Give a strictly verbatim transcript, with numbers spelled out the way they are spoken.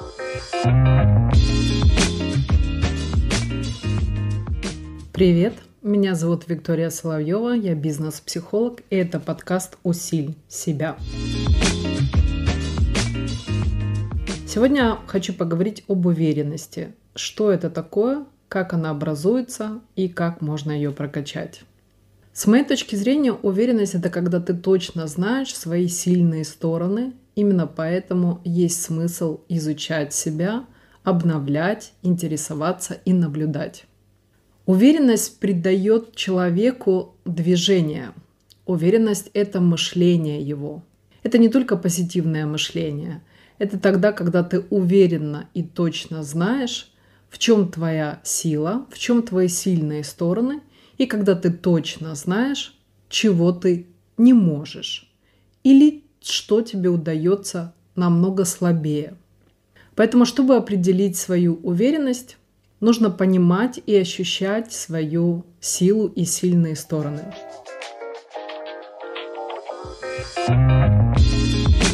Привет, меня зовут Виктория Соловьева, я бизнес-психолог, и это подкаст «Усиль себя». Сегодня хочу поговорить об уверенности. Что это такое, как она образуется и как можно ее прокачать. С моей точки зрения, уверенность – это когда ты точно знаешь свои сильные стороны. Именно поэтому есть смысл изучать себя, обновлять, интересоваться и наблюдать. Уверенность придает человеку движение. Уверенность – это мышление его. Это не только позитивное мышление. Это тогда, когда ты уверенно и точно знаешь, в чем твоя сила, в чем твои сильные стороны, и когда ты точно знаешь, чего ты не можешь или что тебе удается намного слабее. Поэтому, чтобы определить свою уверенность, нужно понимать и ощущать свою силу и сильные стороны.